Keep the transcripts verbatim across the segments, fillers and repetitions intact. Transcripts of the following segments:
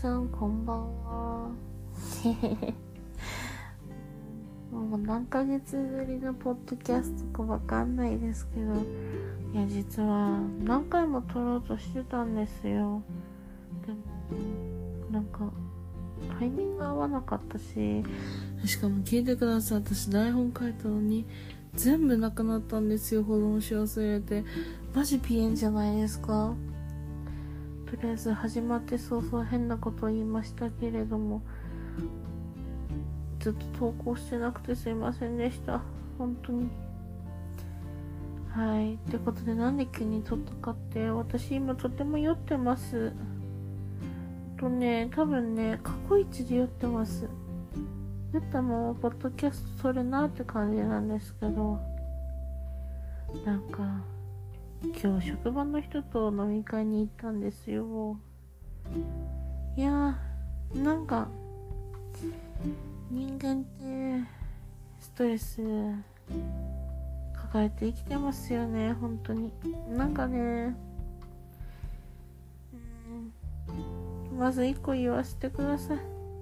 さんこんばんは。もう何ヶ月ぶりのポッドキャストかわかんないですけど、いや実は何回も撮ろうとしてたんですよ。でもなんかタイミング合わなかったし、しかも聞いてください、私台本書いたのに全部なくなったんですよ。保存し忘れて。マジピエンじゃないですか。とりあえず始まって早々変なことを言いましたけれども、ずっと投稿してなくてすいませんでした、本当に。はい、ってことでなんで急に撮ったかって、私今とても酔ってます。とね、多分ね過去一で酔ってます。酔ったままポッドキャスト撮るなって感じなんですけど、なんか今日職場の人と飲み会に行ったんですよ。いやー、なんか人間ってストレス抱えて生きてますよね、本当に。なんかね、うん、まず一個言わせてください。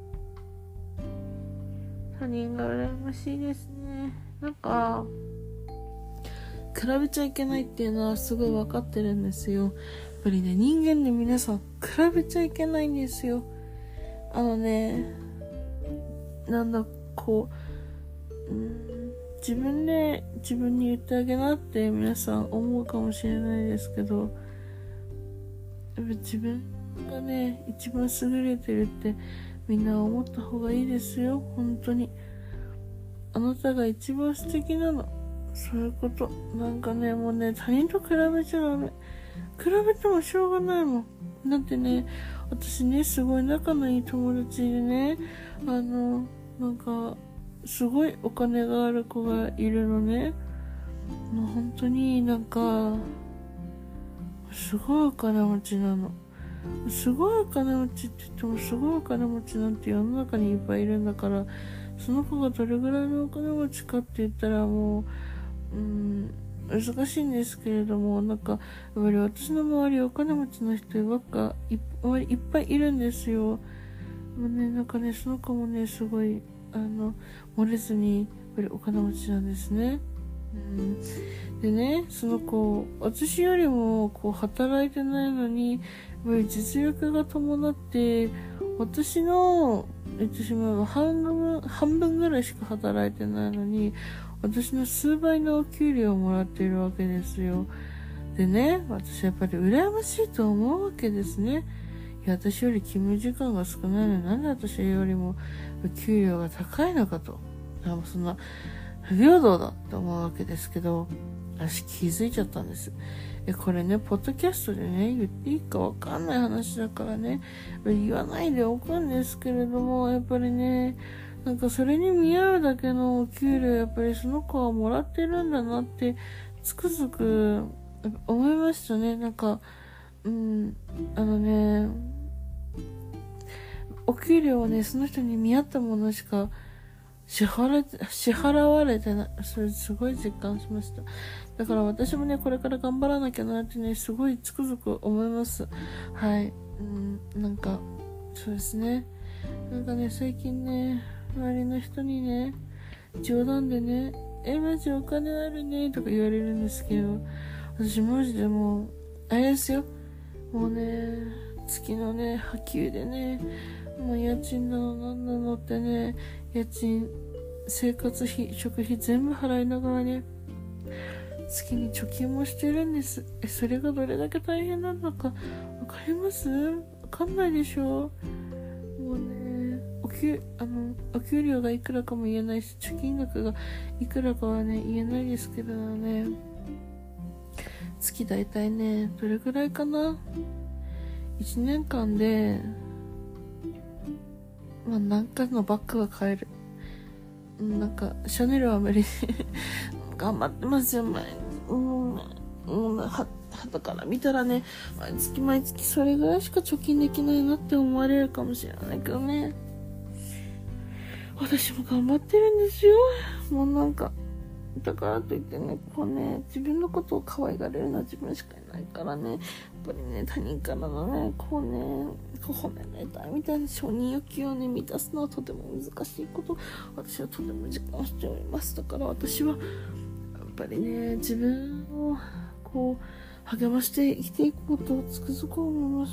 他人が羨ましいですね。なんか比べちゃいけないっていうのはすごい分かってるんですよ。やっぱりね、人間で皆さん比べちゃいけないんですよ。あのね、なんだこう、うん、自分で自分に言ってあげなって皆さん思うかもしれないですけど、やっぱ自分がね一番優れてるってみんな思った方がいいですよ。本当にあなたが一番素敵なの。そういうこと。なんかね、もうね、他人と比べちゃダメ。比べてもしょうがないもん。だってね、私ね、すごい仲のいい友達でね、あの、なんか、すごいお金がある子がいるのね。もう本当になんか、すごいお金持ちなの。すごいお金持ちって言っても、すごいお金持ちなんて世の中にいっぱいいるんだから、その子がどれぐらいのお金持ちかって言ったらもう、うん、難しいんですけれども、なんかやっぱり私の周りお金持ちの人ばっかいっぱいいっぱいいるんですよ。もうね、なんかね、その子もね、すごいあの漏れずにやっぱりお金持ちなんですね。うん、でね、その子私よりもこう働いてないのにやっぱり実力が伴って私の言ってしまえば半分半分ぐらいしか働いてないのに私の数倍のお給料をもらっているわけですよ。でね、私やっぱり羨ましいと思うわけですね。いや、私より勤務時間が少ないのになんで私よりも給料が高いのかと。なんかそんな不平等だって思うわけですけど、私気づいちゃったんです。え、これね、ポッドキャストでね、言っていいかわかんない話だからね、言わないでおくんですけれども、やっぱりね、なんかそれに見合うだけのお給料やっぱりその子はもらってるんだなってつくづく思いましたね。なんか、うん、あのね、お給料はね、その人に見合ったものしか支払れ支払われてない。それすごい実感しました。だから私もね、これから頑張らなきゃなってね、すごいつくづく思います。はい、うん、なんかそうですね。なんかね、最近ね、周りの人にね、冗談でね、え、マジお金あるねとか言われるんですけど、私マジでもうあれですよ。もうね、月のね波及でね、もう家賃なのなんなのってね、家賃、生活費、食費全部払いながらね、月に貯金もしてるんです。え、それがどれだけ大変なのかわかります？わかんないでしょ。もうね、お給、あの、お給料がいくらかも言えないし、貯金額がいくらかはね、言えないですけどね、月だいたいね、どれくらいかな？いちねんかんで、まあ、何かのバッグは買える。なんか、シャネルは無理。頑張ってますよ、毎日。うん、うん、は、はたから見たらね、毎月毎月それぐらいしか貯金できないなって思われるかもしれないけどね。私も頑張ってるんですよ。もうなんか、 だからといってね、こうね、自分のことを可愛がれるのは自分しかいないからね、やっぱりね、他人からのね、こうね、こう褒められたいみたいな承認欲求をね、満たすのはとても難しいこと、私はとても実感しております。だから私は、やっぱりね、自分を、こう、励まして生きていくことをつくづく思います。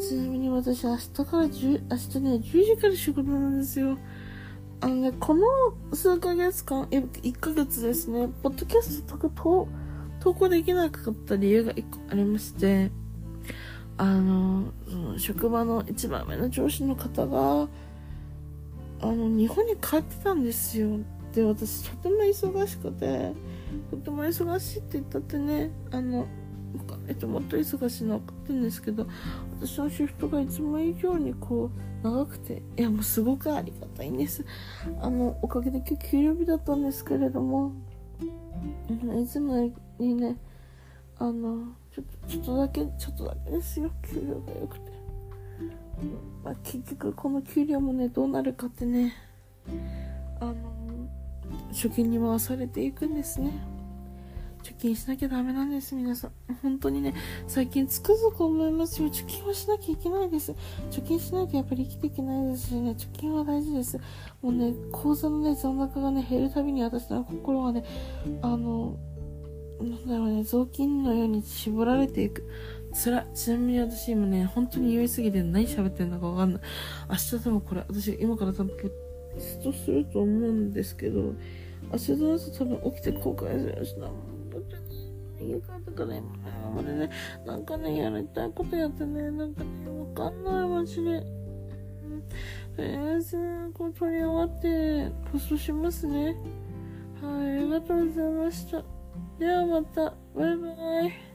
ちなみに私、明日から10、明日ね、じゅうじから仕事なんですよ。あのね、この数ヶ月間、いっかげつですね、ポッドキャストとか投投稿できなかった理由がいっこありまして、あの、その職場の一番目の上司の方が、あの、日本に帰ってたんですよ。で、私、とても忙しくて、とても忙しいって言ったってね、あの、他の人もっと忙しいの分かってるんですけど、私のシフトがいつも以上にこう長くて、いやもうすごくありがたいんです。あのおかげで今日給料日だったんですけれども、いつもにね、あのちょっとちょっとだけちょっとだけですよ、給料が良くて、まあ、結局この給料もねどうなるかってね、あの貯金に回されていくんですね。貯金しなきゃダメなんです、皆さん。本当にね、最近つくづく思いますよ。貯金はしなきゃいけないです。貯金しなきゃやっぱり生きていけないですしね、貯金は大事です。もうね、口座のね、残高がね、減るたびに私の心はね、あの、なんだろうね、雑巾のように絞られていく。つらい。ちなみに私今ね、本当に酔いすぎて何喋ってんのかわかんない。明日多分これ、私今から多分ポストすると思うんですけど、明日の朝多分起きて後悔するしな。家帰ったから今までね、なんかね、やりたいことやってね、なんかね、わかんない、マジで。とりあえず、こう取り終わって、ポストしますね。はい、ありがとうございました。ではまた、バイバイ。